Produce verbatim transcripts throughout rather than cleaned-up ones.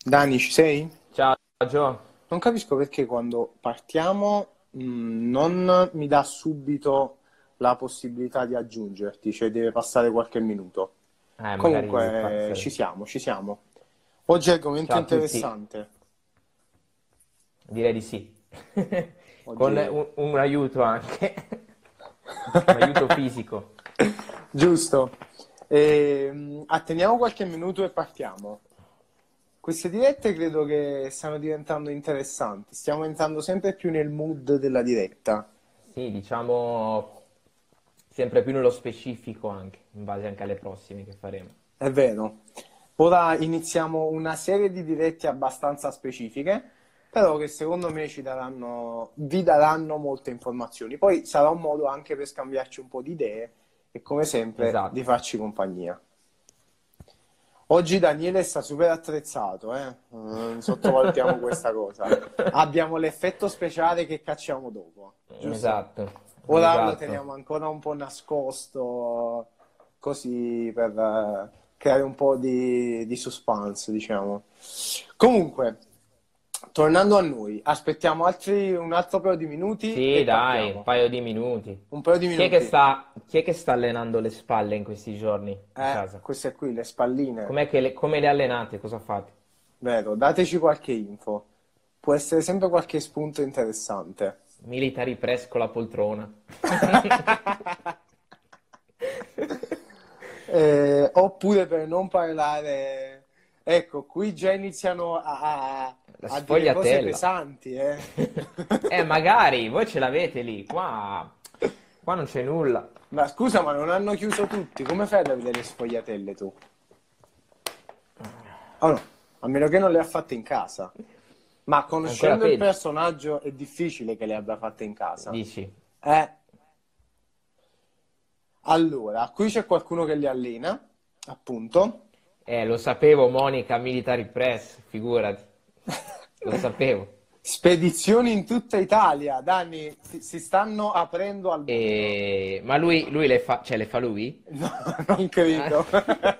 Dani, ci sei? Ciao Gio. Non capisco perché quando partiamo mh, non mi dà subito la possibilità di aggiungerti, cioè deve passare qualche minuto. Eh, magari fa- Comunque, ci serve. siamo, ci siamo. Oggi è argomento Ciao a tutti, interessante. direi di sì. Con Oggi... un, un aiuto anche, un aiuto fisico. Giusto. Ehm, attendiamo qualche minuto e partiamo. Queste dirette credo che stanno diventando interessanti. Stiamo entrando sempre più nel mood della diretta. Sì, diciamo sempre più nello specifico anche, in base anche alle prossime che faremo. È vero. Ora iniziamo una serie di dirette abbastanza specifiche, però che secondo me ci daranno, vi daranno molte informazioni. Poi sarà un modo anche per scambiarci un po' di idee e come sempre di Esatto. farci compagnia. Oggi Daniele sta super attrezzato, eh? Non sottovalutiamo questa cosa. Abbiamo l'effetto speciale che cacciamo dopo, giusto? Esatto, Ora lo esatto. teniamo ancora un po' nascosto, così per eh, creare un po' di, di suspense, diciamo. Comunque, tornando a noi, aspettiamo altri, un altro paio di minuti Sì, e dai, un partiamo. paio di minuti. Un paio di Chi è che minuti. sta, chi è che sta allenando le spalle in questi giorni a Eh, casa? queste qui, le spalline. Com'è che le, come le allenate? Cosa fate? Vero, dateci qualche info. Può essere sempre qualche spunto interessante. Military press con la poltrona. Eh, oppure per non parlare, ecco, qui già iniziano a, a- La a dire cose sfogliatella. pesanti, eh. Eh, magari, voi ce l'avete lì. Qua, qua non c'è nulla. Ma scusa, ma non hanno chiuso tutti? Come fai ad avere le sfogliatelle tu? Oh no, a meno che non le ha fatte in casa. Ma Ancora conoscendo il peggio. personaggio è difficile che le abbia fatte in casa. Dici? Eh, allora, qui c'è qualcuno che li allena, appunto. Eh, lo sapevo, Monica, military press, figurati. Lo sapevo. Spedizioni in tutta Italia, Dani, si si stanno aprendo al mondo. E... Ma lui, lui le fa, cioè le fa lui? No, non Ah. credo.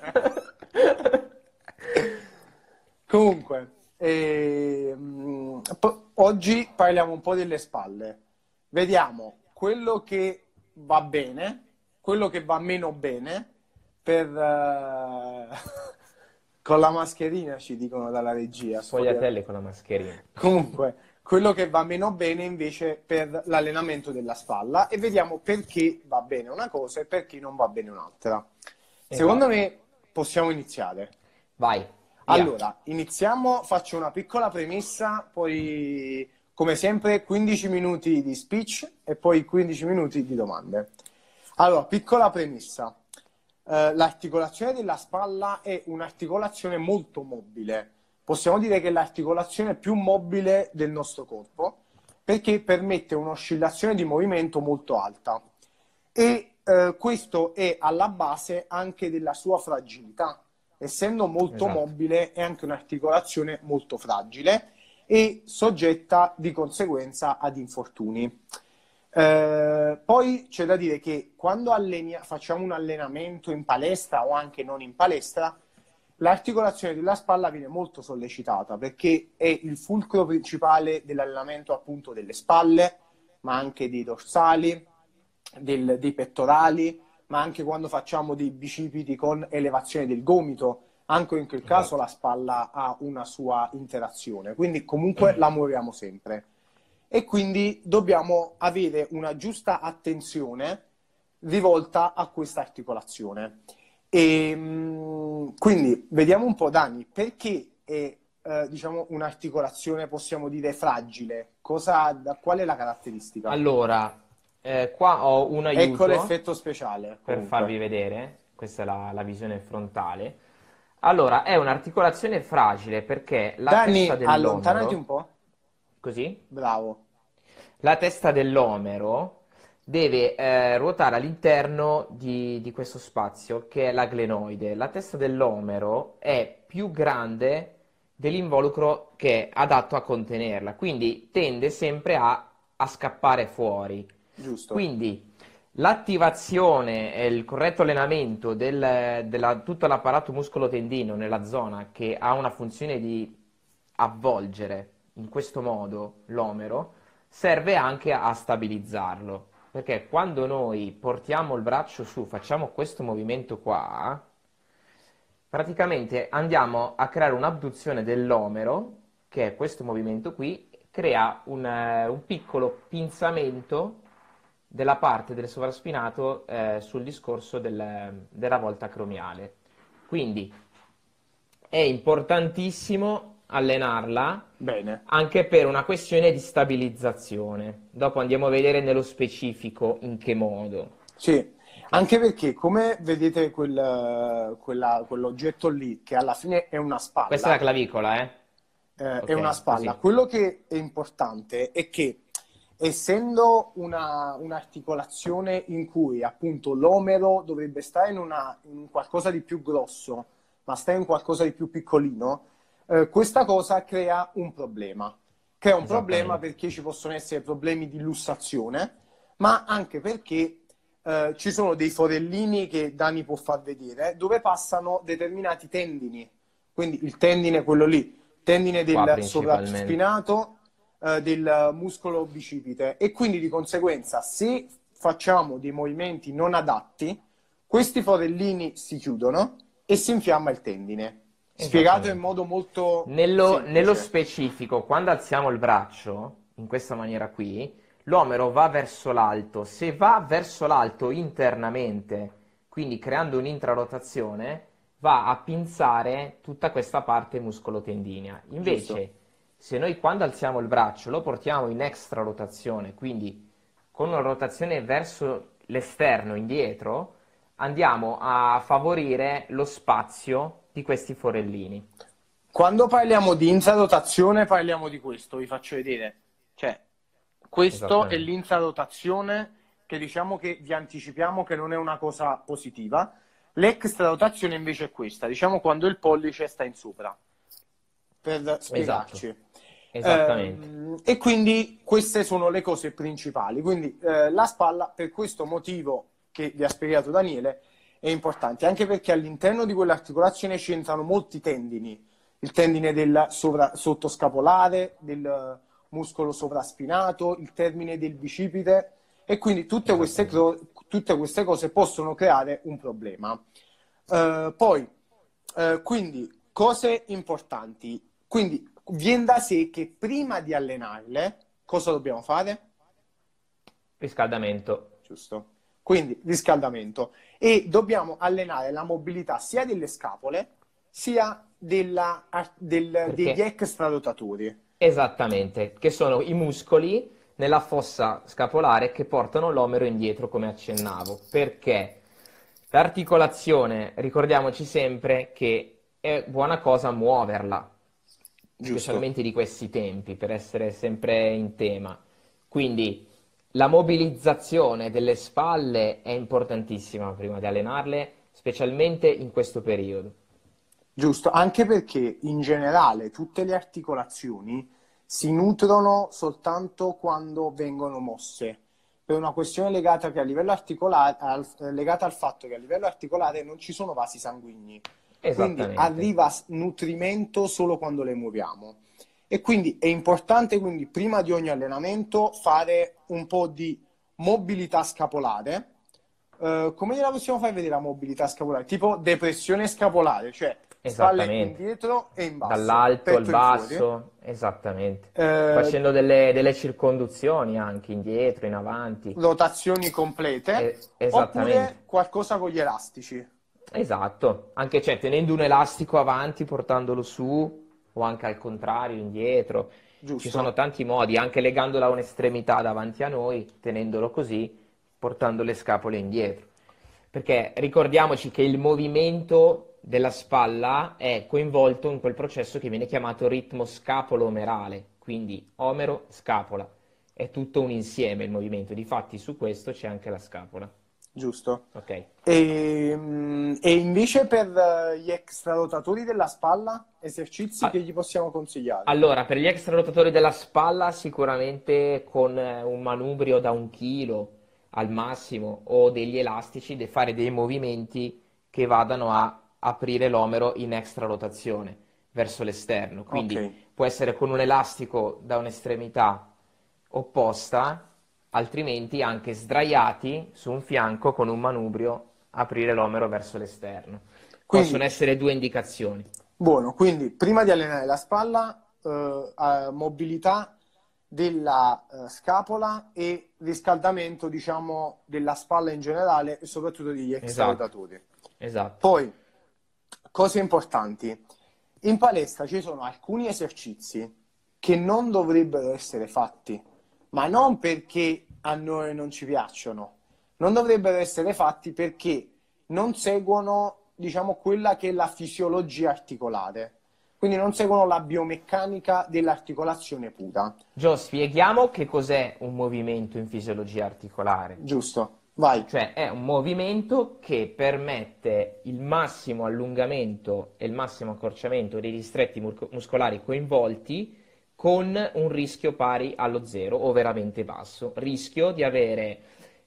Comunque, ehm, po- oggi parliamo un po' delle spalle. Vediamo quello che va bene, quello che va meno bene, per, eh, con la mascherina ci dicono dalla regia. sfoglia- Sfogliatelle con la mascherina. Comunque, quello che va meno bene invece per l'allenamento della spalla e vediamo perché va bene una cosa e perché non va bene un'altra. Secondo Esatto. me possiamo iniziare. Vai, via. Allora, iniziamo, faccio una piccola premessa, poi come sempre quindici minuti di speech e poi quindici minuti di domande. Allora, piccola premessa. Eh, l'articolazione della spalla è un'articolazione molto mobile. Possiamo dire che è l'articolazione più mobile del nostro corpo perché permette un'oscillazione di movimento molto alta e eh, questo è alla base anche della sua fragilità. Essendo molto Esatto. mobile è anche un'articolazione molto fragile e soggetta di conseguenza ad infortuni. Eh, poi c'è da dire che quando allenia- facciamo un allenamento in palestra o anche non in palestra, l'articolazione della spalla viene molto sollecitata perché è il fulcro principale dell'allenamento appunto delle spalle, ma anche dei dorsali, del- dei pettorali, ma anche quando facciamo dei bicipiti con elevazione del gomito, anche in quel caso Esatto. la spalla ha una sua interazione, quindi comunque la muoviamo sempre e quindi dobbiamo avere una giusta attenzione rivolta a questa articolazione. E, mh, quindi vediamo un po', Dani, perché è eh, diciamo un'articolazione, possiamo dire, fragile? Cosa, da, qual è la caratteristica? Allora, eh, qua ho un Ecco aiuto l'effetto speciale, per farvi comunque. vedere. Questa è la, la visione frontale. Allora, è un'articolazione fragile perché la testa Dani, allontanati un dell'omero, po'. così, Bravo. la testa dell'omero deve eh, ruotare all'interno di, di questo spazio che è la glenoide. La testa dell'omero è più grande dell'involucro che è adatto a contenerla, quindi tende sempre a, a scappare fuori. Giusto. Quindi l'attivazione e il corretto allenamento del, della, tutto l'apparato muscolo-tendino nella zona che ha una funzione di avvolgere in questo modo l'omero serve anche a stabilizzarlo, perché quando noi portiamo il braccio su, facciamo questo movimento qua, praticamente andiamo a creare un'abduzione dell'omero, che è questo movimento qui, crea un, eh, un piccolo pinzamento della parte del sovraspinato eh, sul discorso del- della volta acromiale. Quindi è importantissimo allenarla Bene. anche per una questione di stabilizzazione. Dopo andiamo a vedere nello specifico in che modo. Sì, Ok? anche perché come vedete quel, quella- quell'oggetto lì, che alla fine è una Questa è la spalla, clavicola, eh? eh, è una Ok, spalla. così. Quello che è importante è che, essendo una, un'articolazione in cui appunto l'omero dovrebbe stare in, una, in un qualcosa di più grosso, ma sta in qualcosa di più piccolino, eh, questa cosa crea un problema. Crea un problema Esattamente. perché ci possono essere problemi di lussazione, ma anche perché eh, ci sono dei forellini che Dani può far vedere, dove passano determinati tendini. Quindi il tendine, quello lì, tendine Qua del principalmente. sovraspinato, eh, del muscolo bicipite, e quindi di conseguenza, se facciamo dei movimenti non adatti, questi forellini si chiudono e si infiamma il tendine. Spiegato in Esattamente. modo molto Nello, nello semplice. specifico, quando alziamo il braccio, in questa maniera qui, l'omero va verso l'alto. Se va verso l'alto internamente, quindi creando un'intrarotazione, va a pinzare tutta questa parte muscolo-tendinea. Giusto. Invece, se noi quando alziamo il braccio lo portiamo in extrarotazione, quindi con una rotazione verso l'esterno, indietro, andiamo a favorire lo spazio di questi forellini. Quando parliamo di infrarotazione parliamo di questo, vi faccio vedere. Cioè, questo è Esattamente. l'infrarotazione che diciamo che vi anticipiamo che non è una cosa positiva. L'extrarotazione invece è questa, diciamo quando il pollice sta in sopra, per Esatto, spiegarci. esattamente. Ehm, e quindi queste sono le cose principali. Quindi eh, la spalla, per questo motivo che vi ha spiegato Daniele, è importante, anche perché all'interno di quell'articolazione ci entrano molti tendini, il tendine del sovra- sottoscapolare, del muscolo sovraspinato, il termine del bicipite, e quindi tutte queste, Esattamente. cro- tutte queste cose possono creare un problema. Eh, poi, eh, quindi, cose importanti. Quindi, viene da sé che prima di allenarle, cosa dobbiamo fare? Riscaldamento. Giusto? Quindi, riscaldamento. E dobbiamo allenare la mobilità sia delle scapole, sia della- del- degli Perché? extrarotatori. Esattamente, che sono i muscoli nella fossa scapolare che portano l'omero indietro, come accennavo. Perché? L'articolazione, ricordiamoci sempre che è buona cosa muoverla, Giusto? specialmente di questi tempi, per essere sempre in tema. Quindi la mobilizzazione delle spalle è importantissima prima di allenarle, specialmente in questo periodo. Giusto, anche perché in generale tutte le articolazioni si nutrono soltanto quando vengono mosse, per una questione legata, che a livello articolare, al, legata al fatto che a livello articolare non ci sono vasi sanguigni, quindi Esattamente, arriva s- nutrimento solo quando le muoviamo. E quindi è importante, quindi, prima di ogni allenamento, fare un po' di mobilità scapolare. Eh, come gliela possiamo far vedere la mobilità scapolare? Tipo depressione scapolare, cioè spalle esattamente. indietro e in basso, Dall'alto al petto in fuori. basso, esattamente. Eh, Facendo delle, delle circonduzioni anche indietro, in avanti. rotazioni complete, E- esattamente. oppure qualcosa con gli elastici. Esatto. Anche cioè, tenendo un elastico avanti, portandolo su, o anche al contrario, indietro. Ci sono Giusto? tanti modi, anche legandola a un'estremità davanti a noi, tenendolo così, portando le scapole indietro. Perché ricordiamoci che il movimento della spalla è coinvolto in quel processo che viene chiamato ritmo scapolo-omerale, quindi omero-scapola. È tutto un insieme il movimento, difatti su questo c'è anche la scapola. Giusto. Ok? E, mm, e invece per eh, gli extrarotatori della spalla, esercizi che Ah, gli possiamo consigliare? allora, per gli extrarotatori della spalla, sicuramente con eh, un manubrio da un chilo al massimo o degli elastici, de fare dei movimenti che vadano a aprire l'omero in extrarotazione, verso l'esterno, quindi Ok. può essere con un elastico da un'estremità opposta, altrimenti anche sdraiati su un fianco con un manubrio, aprire l'omero verso l'esterno. Possono Quindi, essere due indicazioni. buono, quindi prima di allenare la spalla, eh, eh, mobilità della eh, scapola e riscaldamento, diciamo, della spalla in generale e soprattutto degli Esatto, extrarotatori. esatto, Poi, cose importanti. In palestra ci sono alcuni esercizi che non dovrebbero essere fatti, ma non perché a noi non ci piacciono, non dovrebbero essere fatti perché non seguono, diciamo, quella che è la fisiologia articolare. Quindi non seguono la biomeccanica dell'articolazione pura. Gio, spieghiamo che cos'è un movimento in fisiologia articolare. Giusto? Vai. Cioè è un movimento che permette il massimo allungamento e il massimo accorciamento dei distretti mur- muscolari coinvolti con un rischio pari allo zero o veramente basso. Rischio di avere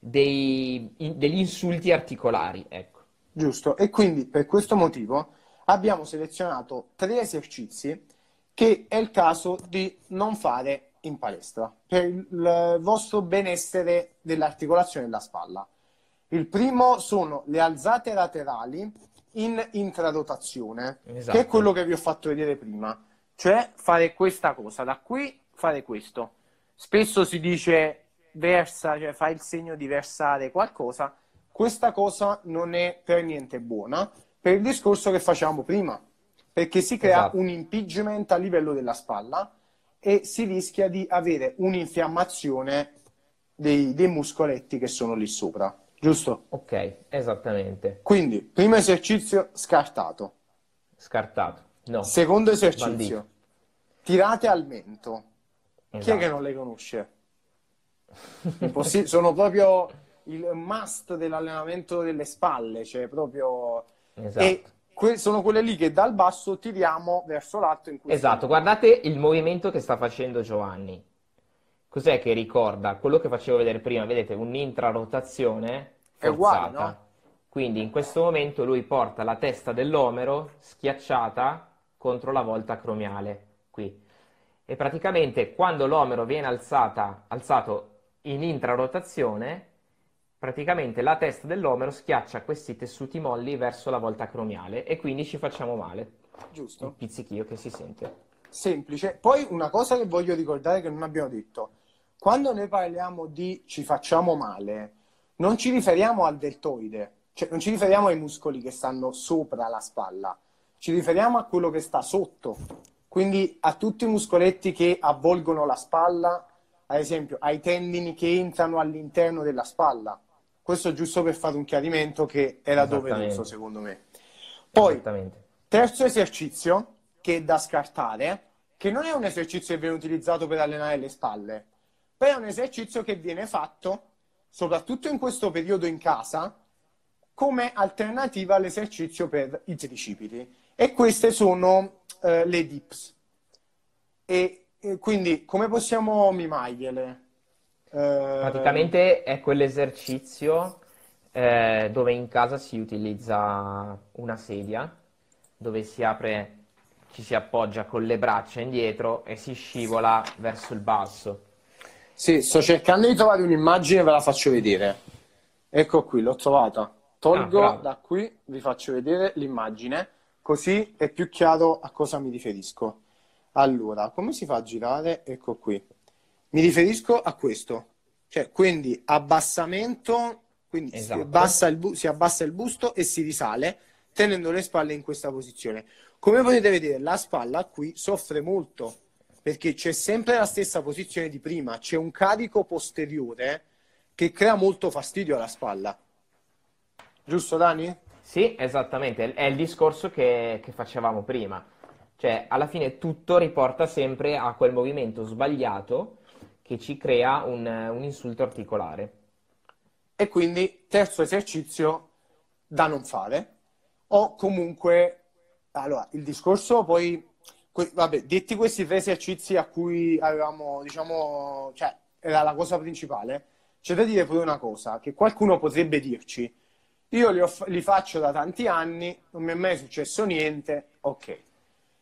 dei- in- degli insulti articolari, ecco. Giusto. E quindi per questo motivo abbiamo selezionato tre esercizi che è il caso di non fare in palestra per il vostro benessere dell'articolazione della spalla. Il primo sono le alzate laterali in intrarotazione, che è Esatto, quello che vi ho fatto vedere prima, cioè fare questa cosa, da qui fare questo. Spesso si dice versa, cioè fai il segno di versare qualcosa. Questa cosa non è per niente buona per il discorso che facevamo prima, perché si crea esatto. un impingement a livello della spalla e si rischia di avere un'infiammazione dei, dei muscoletti che sono lì sopra, giusto? Ok, esattamente. Quindi, primo esercizio scartato. Scartato. No, Secondo bandito. esercizio, tirate al mento. Chi è che non Esatto. le conosce? Impossi- sono proprio il must dell'allenamento delle spalle, cioè proprio... E Esatto. que- sono quelle lì che dal basso tiriamo verso l'alto in questo Esatto, modo. guardate il movimento che sta facendo Giovanni. Cos'è che ricorda? Quello che facevo vedere prima, vedete, un'intrarotazione È uguale, no? forzata. Quindi in questo momento lui porta la testa dell'omero schiacciata contro la volta acromiale, qui. E praticamente quando l'omero viene alzata, alzato in intrarotazione, praticamente la testa dell'omero schiaccia questi tessuti molli verso la volta acromiale e quindi ci facciamo male. Il Giusto? pizzichio che si sente. Semplice. Poi una cosa che voglio ricordare che non abbiamo detto. Quando noi parliamo di ci facciamo male, non ci riferiamo al deltoide, cioè non ci riferiamo ai muscoli che stanno sopra la spalla, ci riferiamo a quello che sta sotto. Quindi a tutti i muscoletti che avvolgono la spalla, ad esempio ai tendini che entrano all'interno della spalla. Questo giusto per fare un chiarimento che era doveroso, Esattamente, secondo me. Poi, esattamente. terzo esercizio, che è da scartare, che non è un esercizio che viene utilizzato per allenare le spalle, però è un esercizio che viene fatto, soprattutto in questo periodo in casa, come alternativa all'esercizio per i tricipiti. E queste sono eh, le dips. E, e quindi come possiamo mimargliele? Eh, Praticamente è quell'esercizio eh, dove in casa si utilizza una sedia, dove si apre, ci si appoggia con le braccia indietro e si scivola verso il basso. sì, sto cercando di trovare un'immagine, ve la faccio vedere. Ecco qui, l'ho trovata. Ah, Tolgo bravo. da qui, vi faccio vedere l'immagine, così è più chiaro a cosa mi riferisco. Allora, come si fa a girare? Ecco qui. Mi riferisco a questo. Cioè, quindi abbassamento, quindi si Esatto. abbassa il, bu- si abbassa il busto e si risale, tenendo le spalle in questa posizione. Come potete vedere, la spalla qui soffre molto, perché c'è sempre la stessa posizione di prima, c'è un carico posteriore che crea molto fastidio alla spalla. Giusto, Dani? Sì, esattamente, è il discorso che, che facevamo prima. Cioè, alla fine tutto riporta sempre a quel movimento sbagliato che ci crea un, un insulto articolare. E quindi terzo esercizio da non fare, o comunque, allora, il discorso poi, que- vabbè, detti questi tre esercizi a cui avevamo, diciamo, cioè, era la cosa principale, c'è da dire pure una cosa, che qualcuno potrebbe dirci, io li, ho fa- li faccio da tanti anni, non mi è mai successo niente, ok.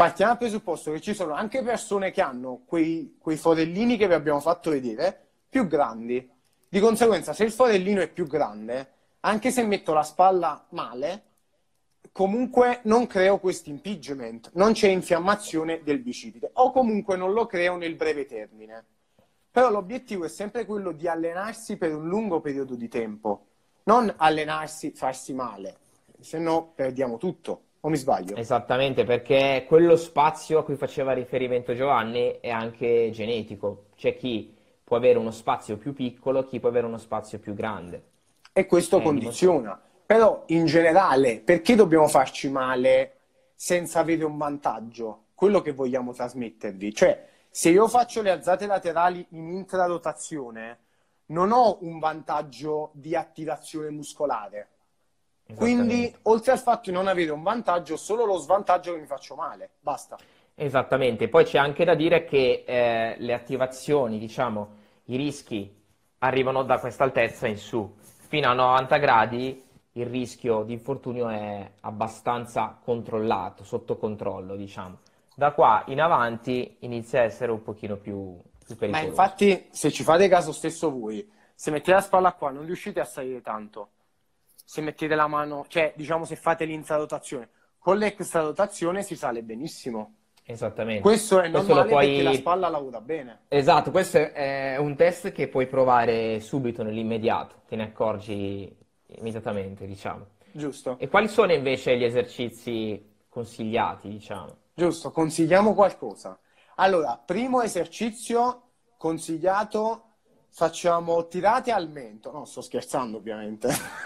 partiamo dal presupposto che ci sono anche persone che hanno quei, quei forellini che vi abbiamo fatto vedere più grandi. Di conseguenza, se il forellino è più grande, anche se metto la spalla male, comunque non creo questo impingement, non c'è infiammazione del bicipite, o comunque non lo creo nel breve termine. Però l'obiettivo è sempre quello di allenarsi per un lungo periodo di tempo, non allenarsi, farsi male, se no perdiamo tutto, o mi sbaglio? Esattamente, perché quello spazio a cui faceva riferimento Giovanni è anche genetico. C'è chi può avere uno spazio più piccolo, chi può avere uno spazio più grande. E questo È dimostrato. condiziona. Però in generale, perché dobbiamo farci male senza avere un vantaggio? Quello che vogliamo trasmettervi. Cioè, se io faccio le alzate laterali in intrarotazione, non ho un vantaggio di attivazione muscolare. Quindi, Esattamente. oltre al fatto di non avere un vantaggio, ho solo lo svantaggio che mi faccio male. Basta. Esattamente. Poi c'è anche da dire che eh, le attivazioni, diciamo, i rischi arrivano da questa altezza in su. Fino a novanta gradi il rischio di infortunio è abbastanza controllato, sotto controllo, diciamo. Da qua in avanti inizia a essere un pochino più, più Ma pericoloso. infatti, se ci fate caso stesso voi, se mettete la spalla qua, non riuscite a salire tanto. Se mettete la mano, cioè, diciamo, se fate l'intrarotazione. Con l'extrarotazione si sale benissimo. Esattamente. Questo è Questo lo normale perché la puoi... spalla lavora bene. Esatto, questo è un test che puoi provare subito, nell'immediato, te ne accorgi immediatamente, diciamo. Giusto? E quali sono invece gli esercizi consigliati, diciamo? Giusto, consigliamo qualcosa. Allora, primo esercizio consigliato, facciamo tirate al mento. No, sto scherzando ovviamente.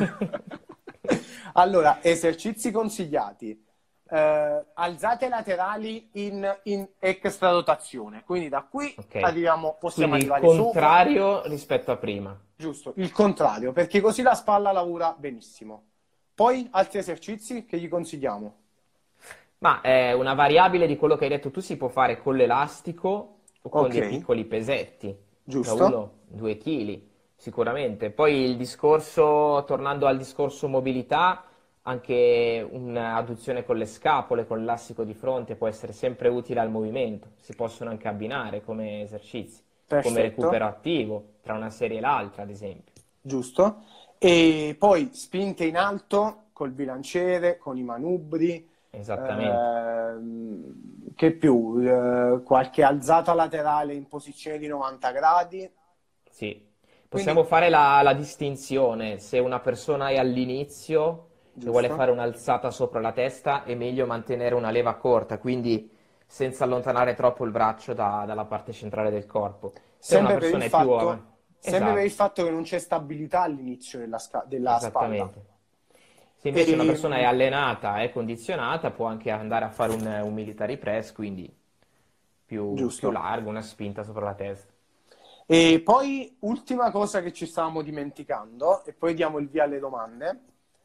Allora, esercizi consigliati. Eh, alzate laterali in, in extrarotazione. Quindi da qui Ok. arriviamo, possiamo Quindi il arrivare sopra. contrario rispetto a prima. Giusto, il contrario, perché così la spalla lavora benissimo. Poi altri esercizi che gli consigliamo. Ma è una variabile di quello che hai detto tu, si può fare con l'elastico o con Ok, dei piccoli pesetti, da giusto? uno due chili, sicuramente. Poi il discorso, tornando al discorso mobilità, anche un'adduzione con le scapole, con l'elastico di fronte può essere sempre utile al movimento. Si possono anche abbinare come esercizi, come recupero Perfetto, attivo tra una serie e l'altra, ad esempio. giusto. E poi spinte in alto col bilanciere, con i manubri. Esattamente. Ehm, che più? Eh, qualche alzata laterale in posizione di novanta gradi. Sì, possiamo Quindi, fare la, la distinzione. Se una persona è all'inizio e vuole giusto. fare un'alzata sopra la testa, è meglio mantenere una leva corta, quindi senza allontanare troppo il braccio da- dalla parte centrale del corpo. Se una Sempre per il persona è più avanti... fatto, sempre per il Esatto, fatto che non c'è stabilità all'inizio della, sca- della spalla. esattamente. Se invece una E, persona è allenata, è condizionata, può anche andare a fare un, un military press, quindi più, più giusto. largo, una spinta sopra la testa. E poi, ultima cosa che ci stavamo dimenticando, e poi diamo il via alle domande,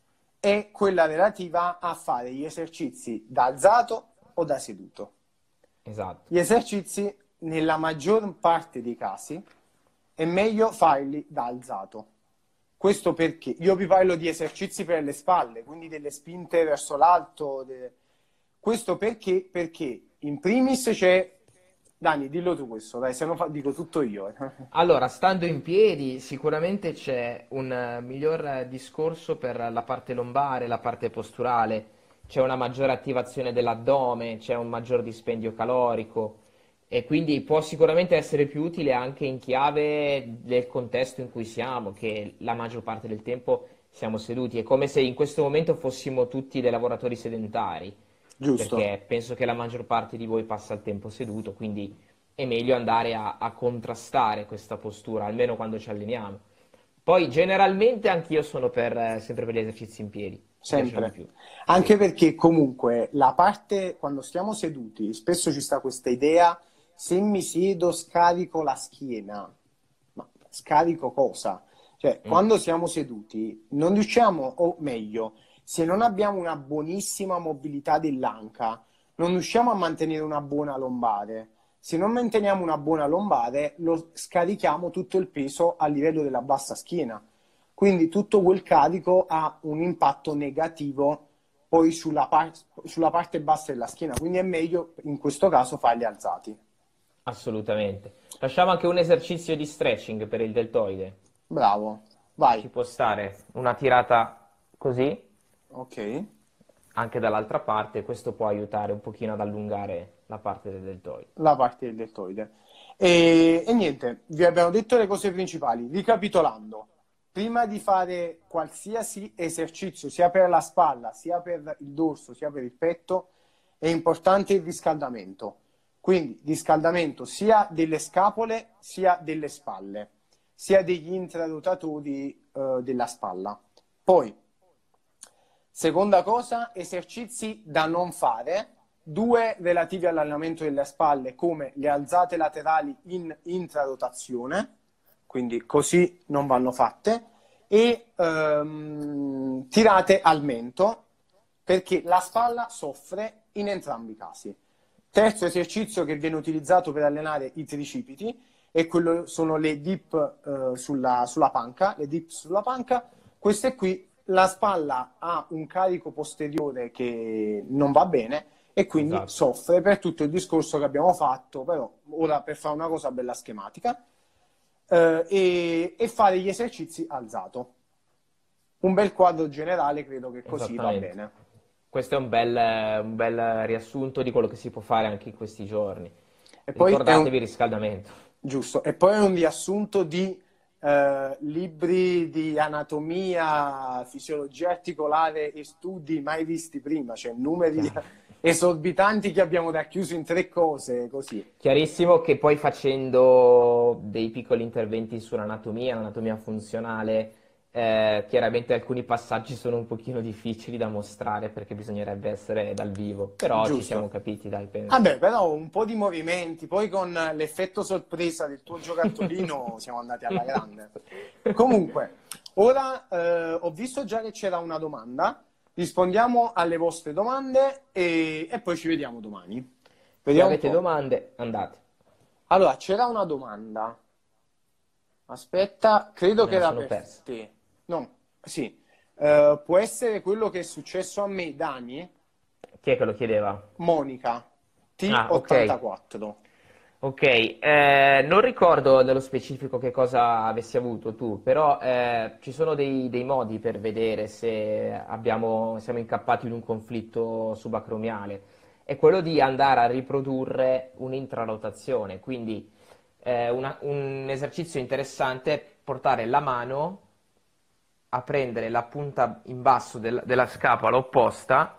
è quella relativa a fare gli esercizi da alzato o da seduto. Esatto. Gli esercizi, nella maggior parte dei casi, è meglio farli da alzato. Questo perché io vi parlo di esercizi per le spalle, quindi delle spinte verso l'alto. de- Questo perché? Perché in primis c'è... Dani, dillo tu questo, dai, se no fa- dico tutto io. eh. Allora, stando in piedi, sicuramente c'è un eh, miglior eh, discorso per la parte lombare, la parte posturale, c'è una maggiore attivazione dell'addome, c'è un maggior dispendio calorico e quindi può sicuramente essere più utile anche in chiave del contesto in cui siamo, che la maggior parte del tempo siamo seduti. È come se in questo momento fossimo tutti dei lavoratori sedentari, Giusto. perché penso che la maggior parte di voi passa il tempo seduto, quindi è meglio andare a, a contrastare questa postura, almeno quando ci alleniamo. Poi generalmente anch'io sono per, eh, sempre per gli esercizi in piedi, mi piacciono di Sempre. più. Anche Sì, perché comunque la parte, quando stiamo seduti, spesso ci sta questa idea, se mi siedo scarico la schiena. Ma scarico cosa? Cioè, mm, quando siamo seduti non riusciamo, o meglio, se non abbiamo una buonissima mobilità dell'anca, non riusciamo a mantenere una buona lombare. Se non manteniamo una buona lombare, lo scarichiamo tutto il peso a livello della bassa schiena. Quindi tutto quel carico ha un impatto negativo poi sulla, par- sulla parte bassa della schiena, quindi è meglio in questo caso farli alzati. Assolutamente. Facciamo anche un esercizio di stretching per il deltoide. Bravo, vai. Ci può stare una tirata così, Ok, anche dall'altra parte, questo può aiutare un pochino ad allungare la parte del deltoide. la parte del deltoide. E, e niente, vi abbiamo detto le cose principali. Ricapitolando, prima di fare qualsiasi esercizio, sia per la spalla, sia per il dorso, sia per il petto, è importante il riscaldamento. Quindi riscaldamento sia delle scapole, sia delle spalle, sia degli intrarotatori eh, della spalla. Poi, seconda cosa, esercizi da non fare, due relativi all'allenamento delle spalle, come le alzate laterali in intrarotazione, quindi così non vanno fatte, e ehm, tirate al mento, perché la spalla soffre in entrambi i casi. Terzo esercizio che viene utilizzato per allenare i tricipiti e quello sono le dip eh, sulla, sulla panca, le dip sulla panca. Queste qui la spalla ha un carico posteriore che non va bene e quindi Esatto. soffre per tutto il discorso che abbiamo fatto, però ora per fare una cosa bella schematica eh, e, e fare gli esercizi alzato. Un bel quadro generale, credo che così va Esattamente. bene. Questo è un bel, un bel riassunto di quello che si può fare anche in questi giorni. E poi è un, Ricordatevi il riscaldamento. giusto, e poi è un riassunto di eh, libri di anatomia, fisiologia articolare e studi mai visti prima, cioè numeri Chiaro. esorbitanti che abbiamo racchiuso in tre cose, così. Chiarissimo che poi facendo dei piccoli interventi sull'anatomia, l'anatomia funzionale, eh, chiaramente alcuni passaggi sono un pochino difficili da mostrare perché bisognerebbe essere dal vivo, però ci siamo Giusto. capiti, dai, penso. Vabbè, però un po' di movimenti, poi con l'effetto sorpresa del tuo giocattolino siamo andati alla grande. Comunque, ora eh, ho visto già che c'era una domanda, rispondiamo alle vostre domande e, e poi ci vediamo domani. Se Vediamo un avete po'. domande, andate. Allora, c'era una domanda. Aspetta, credo Me che la era sono per persa. te. No, sì. Eh, può essere quello che è successo a me, Dani? Chi è che lo chiedeva? Monica, Ah, ok. T ottantaquattro. Ok, eh, non ricordo nello specifico che cosa avessi avuto tu, però eh, ci sono dei, dei modi per vedere se abbiamo, siamo incappati in un conflitto subacromiale. È quello di andare a riprodurre un'intrarotazione, quindi eh, una- un esercizio interessante è portare la mano a prendere la punta in basso del- della scapola opposta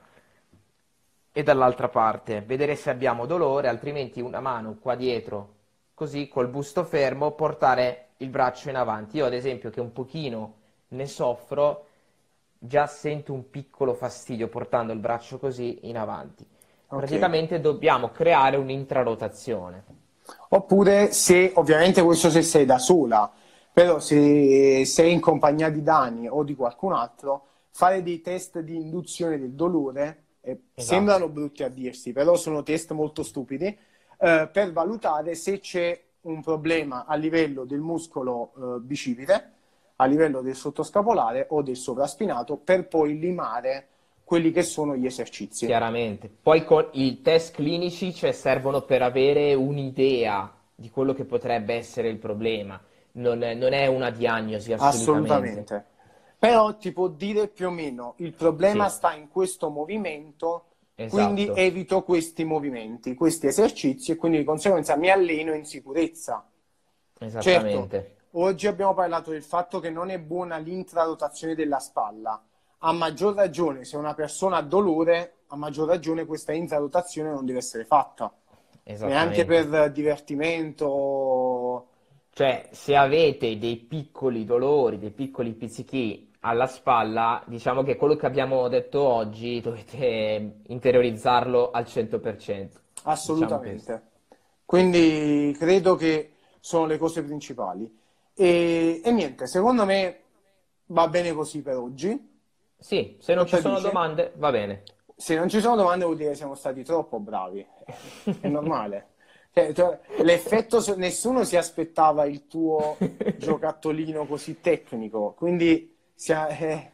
e dall'altra parte, vedere se abbiamo dolore, altrimenti una mano qua dietro, così col busto fermo, portare il braccio in avanti. Io ad esempio che un pochino ne soffro, già sento un piccolo fastidio portando il braccio così in avanti. Ok. Praticamente dobbiamo creare un'intrarotazione. Oppure se, ovviamente questo se sei da sola, però se sei in compagnia di Dani o di qualcun altro, fare dei test di induzione del dolore, eh, Esatto, sembrano brutti a dirsi, però sono test molto stupidi, eh, per valutare se c'è un problema a livello del muscolo eh, bicipite, a livello del sottoscapolare o del sovraspinato, per poi limare quelli che sono gli esercizi. chiaramente. Poi con i test clinici, cioè, servono per avere un'idea di quello che potrebbe essere il problema. Non è, non è una diagnosi assolutamente. Assolutamente. Però ti può dire più o meno il problema Sì, sta in questo movimento, quindi esatto, evito questi movimenti, questi esercizi e quindi di conseguenza mi alleno in sicurezza. Certo, esattamente. oggi abbiamo parlato del fatto che non è buona l'intrarotazione della spalla. A maggior ragione, se una persona ha dolore, a maggior ragione questa intrarotazione non deve essere fatta. Neanche Esattamente. per divertimento. Cioè, se avete dei piccoli dolori, dei piccoli pizzichi alla spalla, diciamo che quello che abbiamo detto oggi dovete interiorizzarlo al cento per cento. Diciamo questo. Assolutamente. Quindi credo che sono le cose principali. E, e niente, secondo me va bene così per oggi. Sì, se non ci Cosa sono dici? domande, va bene. Se non ci sono domande vuol dire che siamo stati troppo bravi. È normale. Cioè, cioè, l'effetto, so- nessuno si aspettava il tuo giocattolino così tecnico, quindi sia- eh,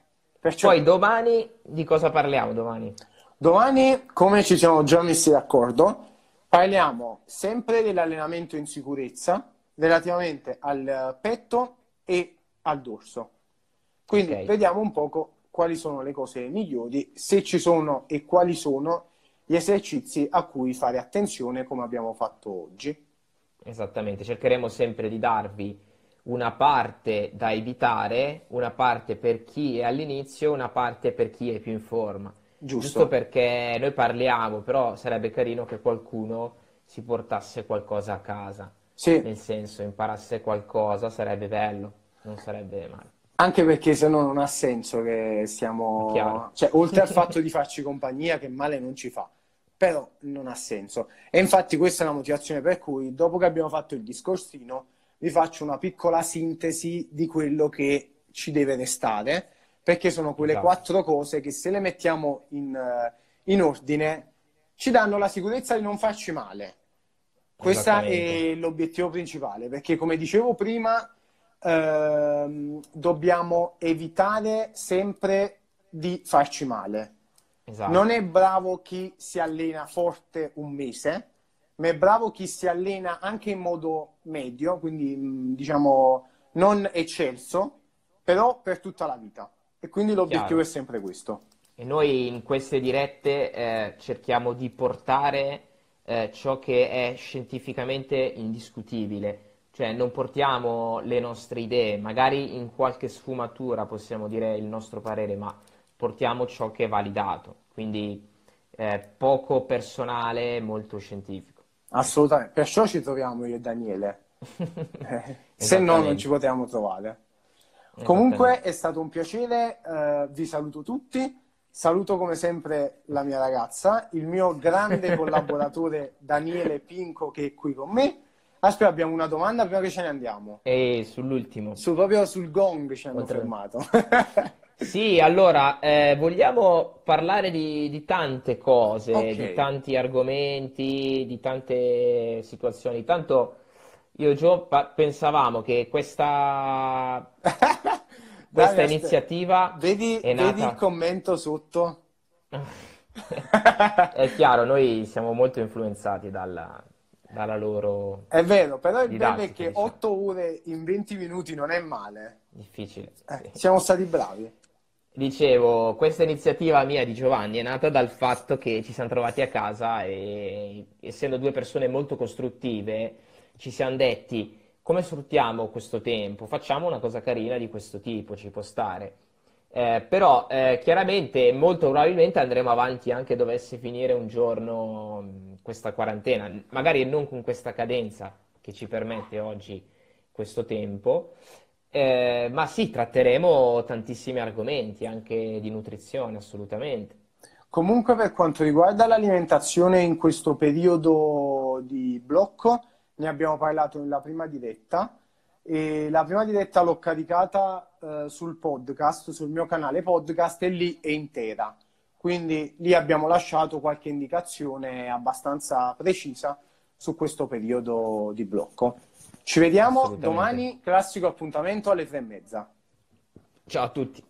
Perciò Poi domani di cosa parliamo domani? domani, come ci siamo già messi d'accordo, parliamo sempre dell'allenamento in sicurezza relativamente al petto e al dorso. Quindi Ok, vediamo un poco quali sono le cose migliori, se ci sono e quali sono gli esercizi a cui fare attenzione come abbiamo fatto oggi. esattamente. Cercheremo sempre di darvi una parte da evitare, una parte per chi è all'inizio, una parte per chi è più in forma. Giusto Giusto? perché noi parliamo, però sarebbe carino che qualcuno si portasse qualcosa a casa. Sì, Nel senso, imparasse qualcosa, sarebbe bello, non sarebbe male. anche perché se no non ha senso che È chiaro. stiamo... Cioè, oltre al fatto di farci compagnia, che male non ci fa, però non ha senso. E infatti questa è la motivazione per cui, dopo che abbiamo fatto il discorsino, vi faccio una piccola sintesi di quello che ci deve restare, perché sono quelle Esatto, quattro cose che se le mettiamo in, eh, in ordine ci danno la sicurezza di non farci male. Questo esattamente, è l'obiettivo principale, perché come dicevo prima, ehm, dobbiamo evitare sempre di farci male. Non esatto. è bravo chi si allena forte un mese, ma è bravo chi si allena anche in modo medio, quindi mh, diciamo non eccelso, però per tutta la vita. E quindi l'obiettivo è Chiaro. sempre questo. E noi in queste dirette eh, cerchiamo di portare eh, ciò che è scientificamente indiscutibile, cioè non portiamo le nostre idee, magari in qualche sfumatura possiamo dire il nostro parere, ma portiamo ciò che è validato, quindi eh, poco personale, molto scientifico. Ecco. Assolutamente. Perciò ci troviamo io e Daniele. Eh, se no non ci Esattamente, potevamo trovare. Comunque esattamente. è stato un piacere, eh, vi saluto tutti, saluto come sempre la mia ragazza, il mio grande collaboratore Daniele Pinco che è qui con me. Aspetta, abbiamo una domanda prima che ce ne andiamo. E sull'ultimo, Su, proprio sul gong ci hanno oltre... fermato. Sì, allora, eh, vogliamo parlare di, di tante cose, Ok. di tanti argomenti, di tante situazioni. Tanto io e Gio pa- pensavamo che questa, questa Davide, aspetta, iniziativa vedi, è vedi il nata... commento sotto? È chiaro, noi siamo molto influenzati dalla, dalla loro È vero, però il bello è didattica, che diciamo. otto ore in venti minuti non è male. Difficile, Eh, sì. siamo stati bravi. Dicevo, questa iniziativa mia di Giovanni è nata dal fatto che ci siamo trovati a casa e, essendo due persone molto costruttive, ci siamo detti come sfruttiamo questo tempo? Facciamo una cosa carina di questo tipo, ci può stare. Eh, però eh, chiaramente molto probabilmente andremo avanti anche dovesse finire un giorno mh, questa quarantena, magari non con questa cadenza che ci permette oggi questo tempo. Eh, ma sì, tratteremo tantissimi argomenti, anche di nutrizione, assolutamente. Comunque, per quanto riguarda l'alimentazione in questo periodo di blocco, ne abbiamo parlato nella prima diretta e la prima diretta l'ho caricata eh, sul podcast, sul mio canale podcast e lì è intera. Quindi lì abbiamo lasciato qualche indicazione abbastanza precisa su questo periodo di blocco. Ci vediamo Assolutamente. domani, classico appuntamento alle tre e mezza. Ciao a tutti.